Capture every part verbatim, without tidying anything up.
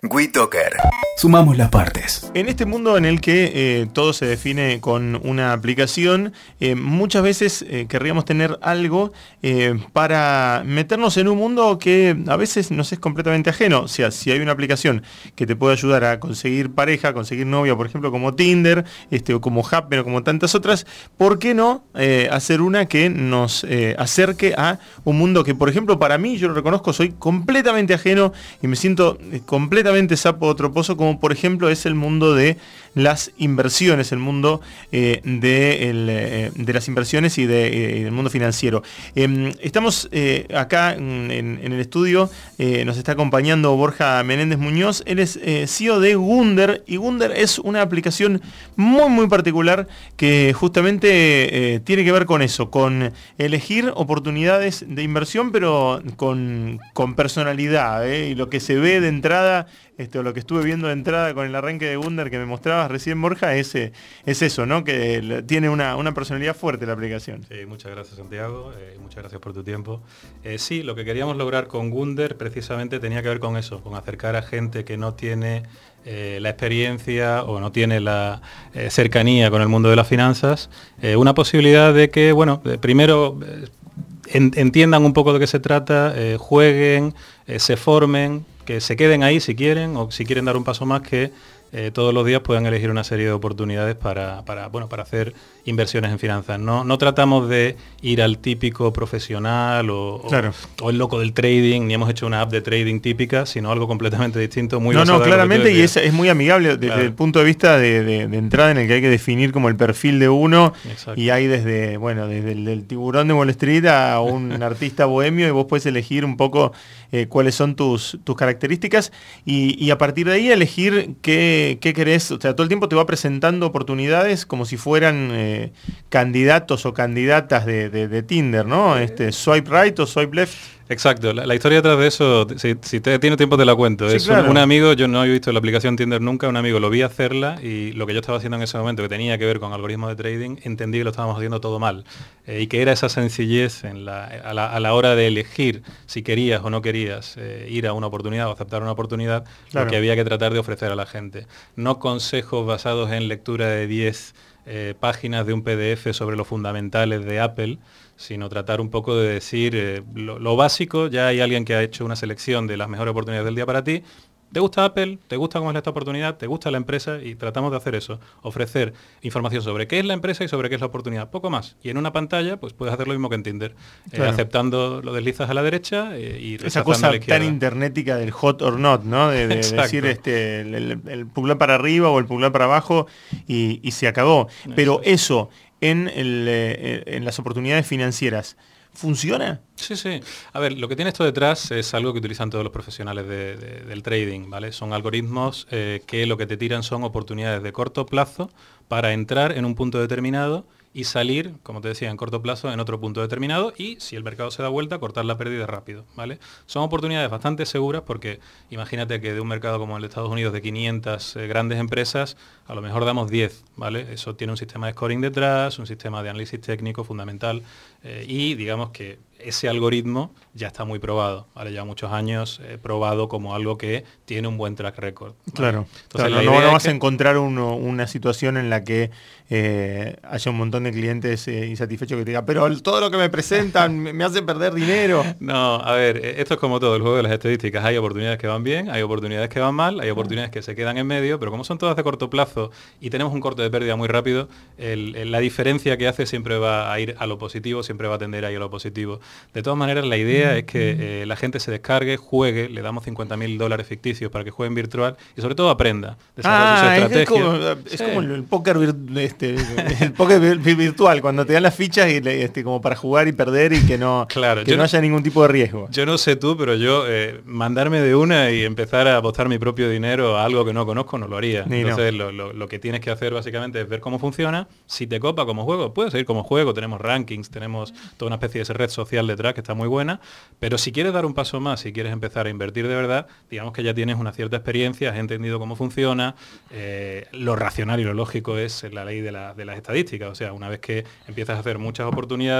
WeToker. Sumamos las partes. En este mundo en el que eh, todo se define con una aplicación, eh, muchas veces eh, querríamos tener algo eh, para meternos en un mundo que a veces nos es completamente ajeno. O sea, si hay una aplicación que te puede ayudar a conseguir pareja, a conseguir novia, por ejemplo, como Tinder, este, o como Happn, o como tantas otras, ¿por qué no eh, hacer una que nos eh, acerque a un mundo que, por ejemplo, para mí, yo lo reconozco, soy completamente ajeno y me siento eh, completamente sapo otro pozo, como por ejemplo es el mundo de las inversiones, el mundo eh, de, el, eh, de las inversiones y de, eh, del mundo financiero. Eh, estamos eh, acá en, en el estudio, eh, nos está acompañando Borja Menéndez Muñoz, él es eh, C E O de Gunder, y Gunder es una aplicación muy muy particular que justamente eh, tiene que ver con eso, con elegir oportunidades de inversión, pero con, con personalidad, eh, y lo que se ve de entrada, este, o lo que estuve viendo de entrada con el arranque de Gunder que me mostrabas recién, Borja, es, es eso, ¿no? Que tiene una, una personalidad fuerte la aplicación. Sí, muchas gracias, Santiago, eh, muchas gracias por tu tiempo. Eh, sí, lo que queríamos lograr con Gunder precisamente tenía que ver con eso, con acercar a gente que no tiene eh, la experiencia o no tiene la eh, cercanía con el mundo de las finanzas, eh, una posibilidad de que, bueno, eh, primero eh, en, entiendan un poco de qué se trata, eh, jueguen, eh, se formen, que se queden ahí si quieren, o si quieren dar un paso más, que eh, todos los días puedan elegir una serie de oportunidades para, para, bueno, para hacer inversiones en finanzas. No, no tratamos de ir al típico profesional o, claro. o, o el loco del trading, ni hemos hecho una app de trading típica, sino algo completamente distinto, muy No, no, claramente, y es, es muy amigable desde claro. el punto de vista de, de, de entrada, en el que hay que definir como el perfil de uno. Exacto. Y hay desde, bueno, desde el del tiburón de Wall Street a un artista bohemio, y vos puedes elegir un poco eh, cuáles son tus, tus características y, y a partir de ahí elegir qué, qué querés. O sea, todo el tiempo te va presentando oportunidades como si fueran eh, candidatos o candidatas de, de, de Tinder, ¿no? Este, swipe right o swipe left. Exacto, la, la historia detrás de eso, si, si te tiene tiempo te la cuento. Sí, es claro. un, un amigo, yo no he visto la aplicación Tinder nunca, un amigo lo vi hacerla y lo que yo estaba haciendo en ese momento, que tenía que ver con algoritmos de trading, entendí que lo estábamos haciendo todo mal. Eh, y que era esa sencillez en la, a, la, a la hora de elegir si querías o no querías eh, ir a una oportunidad o aceptar una oportunidad, claro. Lo que había que tratar de ofrecer a la gente. No consejos basados en lectura de diez eh, páginas de un P D F sobre los fundamentales de Apple, sino tratar un poco de decir eh, lo, lo básico. Ya hay alguien que ha hecho una selección de las mejores oportunidades del día para ti. ¿Te gusta Apple? ¿Te gusta cómo es esta oportunidad? ¿Te gusta la empresa? Y tratamos de hacer eso, ofrecer información sobre qué es la empresa y sobre qué es la oportunidad, poco más. Y en una pantalla pues puedes hacer lo mismo que en Tinder, claro. eh, aceptando lo deslizas a la derecha eh, y esa cosa a la izquierda. Tan internetica del hot or not, ¿no? De, de decir este, el, el, el pulgar para arriba o el pulgar para abajo y, y se acabó. Pero eso, en, el, eh, en las oportunidades financieras, ¿funciona? Sí, sí. A ver, lo que tiene esto detrás es algo que utilizan todos los profesionales de, de, del trading, ¿vale? Son algoritmos eh, que lo que te tiran son oportunidades de corto plazo para entrar en un punto determinado y salir, como te decía, en corto plazo en otro punto determinado, y si el mercado se da vuelta, cortar la pérdida rápido, ¿vale? Son oportunidades bastante seguras porque imagínate que de un mercado como el de Estados Unidos de quinientas eh, grandes empresas, a lo mejor damos diez, ¿vale? Eso tiene un sistema de scoring detrás, un sistema de análisis técnico fundamental eh, y digamos que ese algoritmo ya está muy probado, ¿vale? Ya muchos años eh, probado como algo que tiene un buen track record, ¿vale? Claro, entonces claro, la no, idea no vas es que... a encontrar uno, una situación en la que eh, haya un montón de clientes eh, insatisfechos que te digan, pero todo lo que me presentan me, me hace perder dinero. No, a ver, esto es como todo, el juego de las estadísticas. Hay oportunidades que van bien, hay oportunidades que van mal, hay oportunidades que se quedan en medio, pero como son todas de corto plazo y tenemos un corte de pérdida muy rápido, el, el, la diferencia que hace siempre va a ir a lo positivo, siempre va a tender a ir a lo positivo. De todas maneras, la idea es que eh, la gente se descargue, juegue, le damos cincuenta mil dólares ficticios para que juegue en virtual y sobre todo aprenda, desarrolle ah, sus estrategias. Es como, es sí. como el póker, vir, este, el póker virtual, cuando te dan las fichas y este, como para jugar y perder y que no, claro, que no, no haya ningún tipo de riesgo. Yo no sé tú, pero yo eh, mandarme de una y empezar a apostar mi propio dinero a algo que no conozco no lo haría. Ni Entonces no. lo, lo, lo que tienes que hacer básicamente es ver cómo funciona. Si te copa como juego, puedes seguir como juego, tenemos rankings, tenemos toda una especie de red social detrás que está muy buena. Pero si quieres dar un paso más, si quieres empezar a invertir de verdad, digamos que ya tienes una cierta experiencia, has entendido cómo funciona, eh, lo racional y lo lógico es la ley de, la, de las estadísticas. O sea, una vez que empiezas a hacer muchas oportunidades,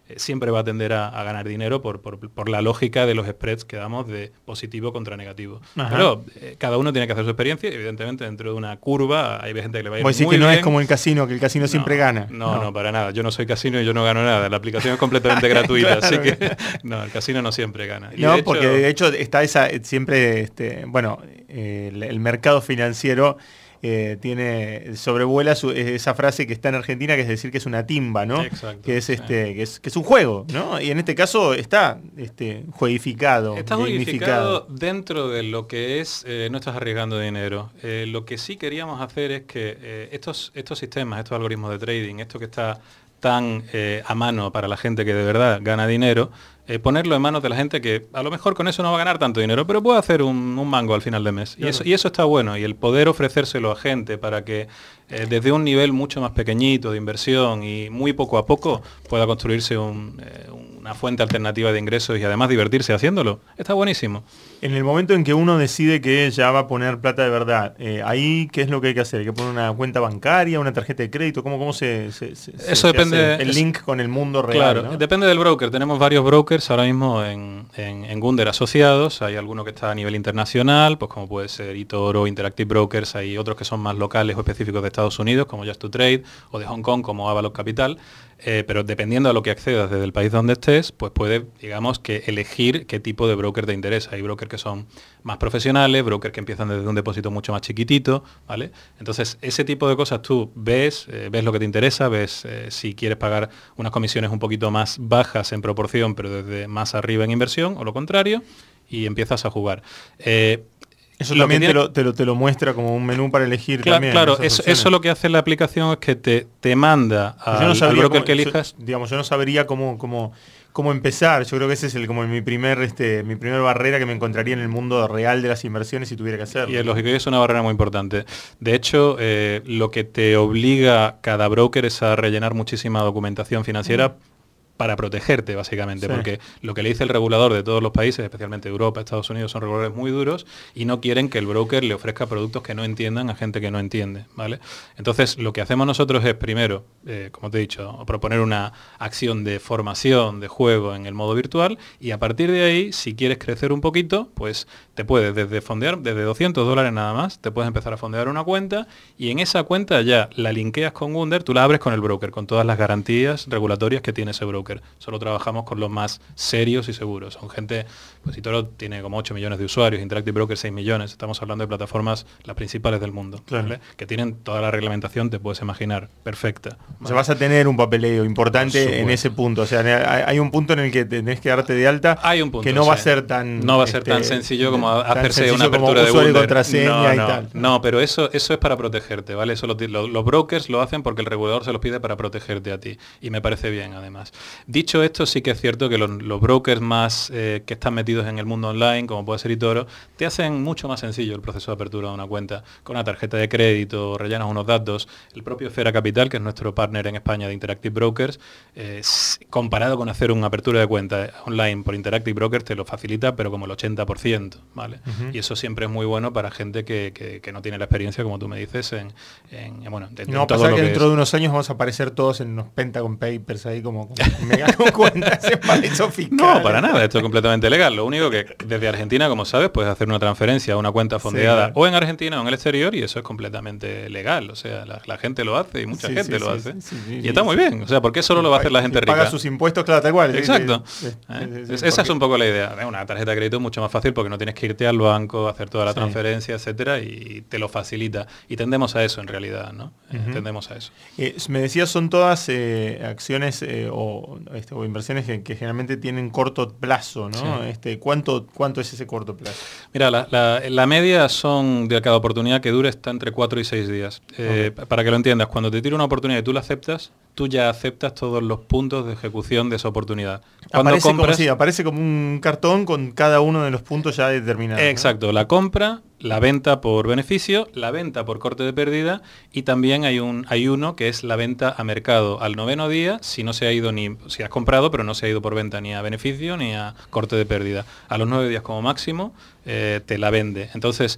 eh, siempre va a tender a, a ganar dinero por, por, por la lógica de los spreads que damos de positivo contra negativo. Ajá. Pero eh, cada uno tiene que hacer su experiencia, y evidentemente dentro de una curva hay gente que le va a ir muy bien. Vos decís que no es como el casino, que el casino no, siempre gana. No, no, no, para nada. Yo no soy casino y yo no gano nada. La aplicación es completamente gratuita, claro, así que no, el casino no siempre gana. Y no, de porque hecho, de hecho está esa siempre, este, bueno, eh, el, el mercado financiero Eh, tiene sobrevuela su, esa frase que está en Argentina, que es decir que es una timba, ¿no? Exacto, que es este sí. que es que es un juego, ¿no? Y en este caso está este jueguificado, está jueguificado dentro de lo que es eh, no estás arriesgando dinero. Eh, lo que sí queríamos hacer es que eh, estos estos sistemas, estos algoritmos de trading, esto que está tan eh, a mano para la gente que de verdad gana dinero, eh, ponerlo en manos de la gente que a lo mejor con eso no va a ganar tanto dinero, pero puede hacer un, un mango al final de mes. Claro. Y, eso, y eso está bueno. Y el poder ofrecérselo a gente para que eh, desde un nivel mucho más pequeñito de inversión y muy poco a poco pueda construirse un, eh, una fuente alternativa de ingresos y además divertirse haciéndolo, está buenísimo. En el momento en que uno decide que ya va a poner plata de verdad, eh, ahí ¿qué es lo que hay que hacer? ¿Hay que poner una cuenta bancaria, una tarjeta de crédito? ¿Cómo, cómo se, se, se Eso se depende hace el link con el mundo real? Claro, ¿no? Depende del broker. Tenemos varios brokers ahora mismo en, en, en Gunder asociados. Hay alguno que está a nivel internacional, pues como puede ser eToro, Interactive Brokers. Hay otros que son más locales o específicos de Estados Unidos, como Just to Trade, o de Hong Kong, como Avalok Capital. Eh, pero dependiendo de lo que accedas desde el país donde estés, pues puedes, digamos, que elegir qué tipo de broker te interesa. Hay brokers que son más profesionales, brokers que empiezan desde un depósito mucho más chiquitito, ¿vale? Entonces, ese tipo de cosas tú ves, eh, ves lo que te interesa, ves eh, si quieres pagar unas comisiones un poquito más bajas en proporción, pero desde más arriba en inversión, o lo contrario, y empiezas a jugar. Eh, Eso lo también tiene... te, lo, te, lo, te lo muestra como un menú para elegir claro, también. Claro, eso, eso lo que hace la aplicación es que te, te manda al, no al broker cómo, que elijas. Yo, digamos, yo no sabría cómo, cómo, cómo empezar. Yo creo que ese es el, como mi primer, este, mi primer barrera que me encontraría en el mundo real de las inversiones si tuviera que hacerlo. Y es lógico, y es una barrera muy importante. De hecho, eh, lo que te obliga cada broker es a rellenar muchísima documentación financiera. Mm. Para protegerte, básicamente, sí. Porque lo que le dice el regulador de todos los países, especialmente Europa, Estados Unidos, son reguladores muy duros y no quieren que el broker le ofrezca productos que no entiendan a gente que no entiende, ¿vale? Entonces, lo que hacemos nosotros es, primero, eh, como te he dicho, proponer una acción de formación, de juego en el modo virtual, y a partir de ahí, si quieres crecer un poquito, pues te puedes desde fondear, desde doscientos dólares nada más, te puedes empezar a fondear una cuenta, y en esa cuenta ya la linkeas con Gunder, tú la abres con el broker, con todas las garantías regulatorias que tiene ese broker. Solo trabajamos con los más serios y seguros. Son gente, pues eToro tiene como ocho millones de usuarios, Interactive Brokers seis millones. Estamos hablando de plataformas las principales del mundo, claro. ¿Vale? Que tienen toda la reglamentación, te puedes imaginar, perfecta. ¿Vale? O sea, vas a tener un papeleo importante en ese punto. O sea, hay un punto en el que tenés que darte de alta. Hay un punto, que no sí. va a ser tan no va a ser este, tan sencillo como tan hacerse sencillo una apertura como de Gunder. Contraseña no, no, y tal. No, pero eso eso es para protegerte, ¿vale? Eso lo, lo, los brokers lo hacen porque el regulador se los pide para protegerte a ti, y me parece bien, además. Dicho esto, sí que es cierto que los, los brokers más eh, que están metidos en el mundo online, como puede ser eToro, te hacen mucho más sencillo el proceso de apertura de una cuenta. Con una tarjeta de crédito, rellenas unos datos. El propio Esfera Capital, que es nuestro partner en España de Interactive Brokers, eh, comparado con hacer una apertura de cuenta online por Interactive Brokers, te lo facilita, pero como el ochenta por ciento, ¿vale? Uh-huh. Y eso siempre es muy bueno para gente que, que, que no tiene la experiencia, como tú me dices, en, en bueno, de, no, en todo pasa lo que que dentro es. de unos años vamos a aparecer todos en unos Pentagon Papers ahí como, como mega con cuentas en paraíso fiscal. No, para nada, esto es completamente legal. Lo único que desde Argentina, como sabes, puedes hacer una transferencia a una cuenta fondeada, sí, claro. O en Argentina o en el exterior, y eso es completamente legal. O sea, la, la gente lo hace y mucha sí, gente sí, lo sí, hace. Sí, sí, y sí, está sí, muy bien. O sea, ¿por qué solo lo va a hacer la gente rica? Paga sus impuestos, claro, tal cual. Exacto. Sí, sí, ¿Eh? sí, sí, Esa porque... es un poco la idea. Una tarjeta de crédito es mucho más fácil porque no tienes que irte al banco, hacer toda la sí. transferencia, etcétera, y te lo facilita. Y tendemos a eso en realidad, ¿no? Uh-huh. Tendemos a eso. Eh, me decías, son todas eh, acciones eh, o, este, o inversiones que, que generalmente tienen corto plazo, ¿no? Sí. Este, ¿cuánto, ¿Cuánto es ese corto plazo? Mira, la, la, la media son de cada oportunidad que dure está entre cuatro y seis días. Eh, okay. Para que lo entiendas, cuando te tira una oportunidad y tú la aceptas, tú ya aceptas todos los puntos de ejecución de esa oportunidad. Cuando aparece, compras, como, sí, aparece como un cartón con cada uno de los puntos ya determinados. Exacto, ¿no? La compra, la venta por beneficio, la venta por corte de pérdida, y también hay un hay uno que es la venta a mercado al noveno día, si no se ha ido ni si has comprado pero no se ha ido por venta ni a beneficio ni a corte de pérdida. A los nueve días como máximo eh, te la vende. Entonces,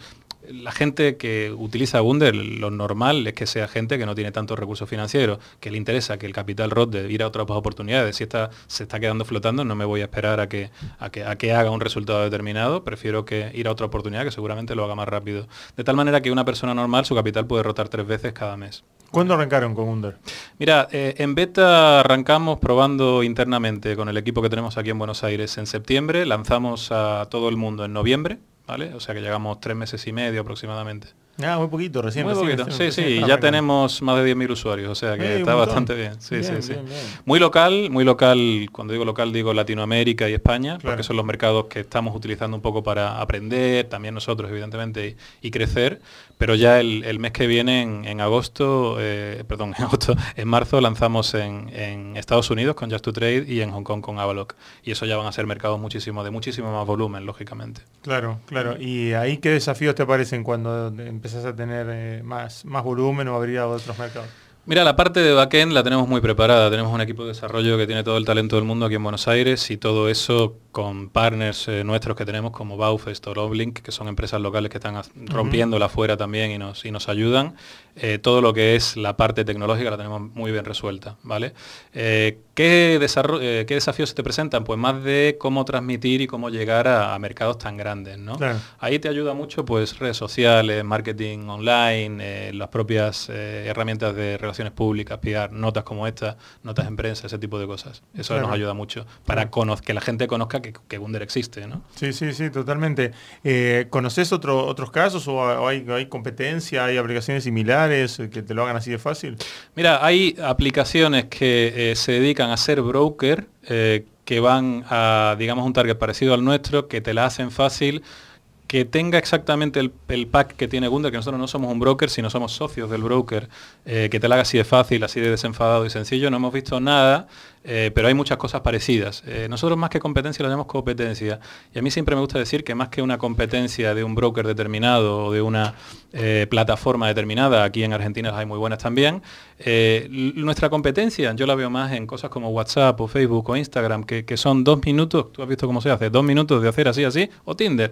la gente que utiliza Gunder, lo normal es que sea gente que no tiene tantos recursos financieros, que le interesa que el capital rote, ir a otras oportunidades. Si esta se está quedando flotando, no me voy a esperar a que, a que, a que haga un resultado determinado, prefiero que ir a otra oportunidad que seguramente lo haga más rápido. De tal manera que una persona normal, su capital puede rotar tres veces cada mes. ¿Cuándo arrancaron con Gunder? Mira, eh, en beta arrancamos probando internamente con el equipo que tenemos aquí en Buenos Aires en septiembre, lanzamos a todo el mundo en noviembre, ¿vale? O sea que llegamos tres meses y medio aproximadamente. Ah, muy poquito, recién. Muy recién, poquito. recién, sí, recién sí, ya tenemos más de diez mil usuarios, o sea que eh, está bastante bien. Sí, bien, sí, sí. Bien, bien. Muy local, muy local, cuando digo local digo Latinoamérica y España, claro. porque son los mercados que estamos utilizando un poco para aprender, también nosotros evidentemente, y, y crecer, pero ya el, el mes que viene, en, en agosto, eh, perdón, en agosto, en marzo lanzamos en, en Estados Unidos con Just to Trade y en Hong Kong con Avaloq, y eso ya van a ser mercados muchísimo, de muchísimo más volumen, lógicamente. Claro, claro. ¿Y ahí qué desafíos te aparecen cuando empezás a tener eh, más, más volumen o abrir a otros mercados? Mira, la parte de backend la tenemos muy preparada. Tenemos un equipo de desarrollo que tiene todo el talento del mundo aquí en Buenos Aires y todo eso con partners eh, nuestros que tenemos como Baufest o Loblink, que son empresas locales que están rompiéndola afuera también y nos, y nos ayudan. Eh, todo lo que es la parte tecnológica la tenemos muy bien resuelta, ¿vale? Eh, ¿qué, eh, ¿Qué desafíos se te presentan? Pues más de cómo transmitir y cómo llegar a, a mercados tan grandes, ¿no? Claro. Ahí te ayuda mucho pues redes sociales, marketing online, eh, las propias eh, herramientas de relaciones públicas, P R, notas como esta, notas en prensa, ese tipo de cosas. Eso claro. nos ayuda mucho para claro. que la gente conozca que, que Gunder existe, ¿no? Sí, sí, sí, totalmente. Eh, ¿Conoces otro, otros casos o hay, hay competencia, hay aplicaciones similares que te lo hagan así de fácil? Mira, hay aplicaciones que eh, se dedican a ser broker, eh, que van a, digamos, un target parecido al nuestro, que te la hacen fácil, que tenga exactamente el, el pack que tiene Gunder, que nosotros no somos un broker, sino somos socios del broker, eh, que te la haga así de fácil, así de desenfadado y sencillo. No hemos visto nada, eh, pero hay muchas cosas parecidas. Eh, nosotros más que competencia lo llamamos competencia. Y a mí siempre me gusta decir que más que una competencia de un broker determinado o de una eh, plataforma determinada, aquí en Argentina las hay muy buenas también, eh, nuestra competencia yo la veo más en cosas como WhatsApp o Facebook o Instagram, que, que son dos minutos, tú has visto cómo se hace, dos minutos de hacer así, así, o Tinder.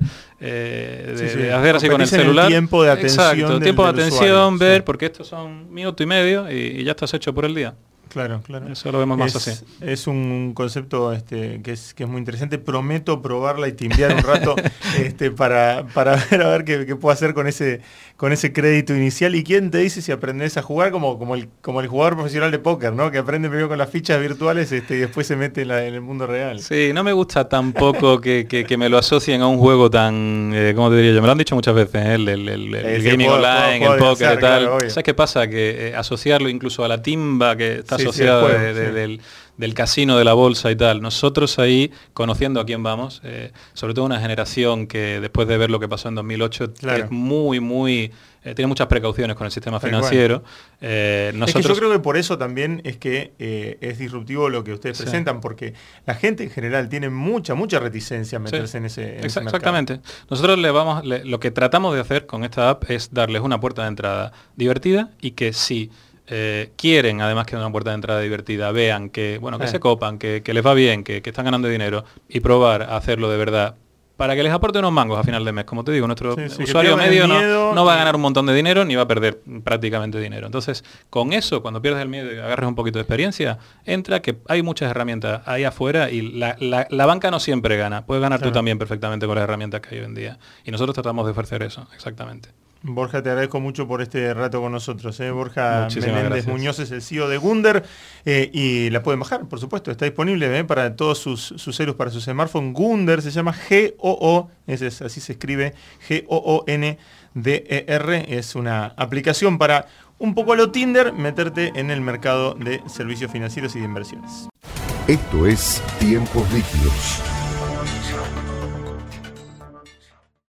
Eh, de, sí, sí. de hacer así con el celular. El tiempo de atención. Exacto, del, tiempo de del atención, usuario, ver, sí. porque estos son minuto y medio y, y ya estás hecho por el día. Claro, claro. Eso lo vemos más es, así. Es un concepto este, que, es, que es muy interesante. Prometo probarla y timbiar un rato este, para, para ver a ver qué, qué puedo hacer con ese, con ese crédito inicial. ¿Y quién te dice si aprendes a jugar como, como, el, como el jugador profesional de póker, ¿no? Que aprende primero con las fichas virtuales este, y después se mete en, la, en el mundo real? Sí, no me gusta tampoco que, que, que me lo asocien a un juego tan, eh, ¿cómo te diría yo? Me lo han dicho muchas veces, ¿eh? el, el, el, el, el gaming juego, online, juego, juego el póker y tal. Claro, ¿sabes qué pasa? Que eh, asociarlo incluso a la timba que está sí, asociada sí, juego, de, de, sí. del, del casino, de la bolsa y tal. Nosotros ahí, conociendo a quién vamos, eh, sobre todo una generación que después de ver lo que pasó en dos mil ocho, claro. es muy, muy... Eh, tiene muchas precauciones con el sistema financiero. Eh, nosotros... Es que yo creo que por eso también es que eh, es disruptivo lo que ustedes sí. presentan, porque la gente en general tiene mucha, mucha reticencia a meterse sí. en ese, en Exact- ese mercado. Exactamente. Nosotros le vamos, le, lo que tratamos de hacer con esta app es darles una puerta de entrada divertida y que si eh, quieren, además que una puerta de entrada divertida, vean que, bueno, que eh. se copan, que, que les va bien, que, que están ganando dinero y probar a hacerlo de verdad, para que les aporte unos mangos a final de mes. Como te digo, nuestro sí, sí, usuario medio no, no va a ganar un montón de dinero ni va a perder prácticamente dinero. Entonces, con eso, cuando pierdes el miedo y agarres un poquito de experiencia, entra que hay muchas herramientas ahí afuera y la, la, la banca no siempre gana. Puedes ganar claro. tú también perfectamente con las herramientas que hay hoy en día. Y nosotros tratamos de ofrecer eso, exactamente. Borja, te agradezco mucho por este rato con nosotros. ¿eh? Borja Muchísimas Menéndez gracias. Muñoz es el C E O de Gunder eh, y la pueden bajar, por supuesto. Está disponible ¿eh? para todos sus, sus celus, para su smartphone. Gunder se llama G O O, ese es, así se escribe, G O O N D E R. Es una aplicación para, un poco a lo Tinder, meterte en el mercado de servicios financieros y de inversiones. Esto es Tiempos Líquidos.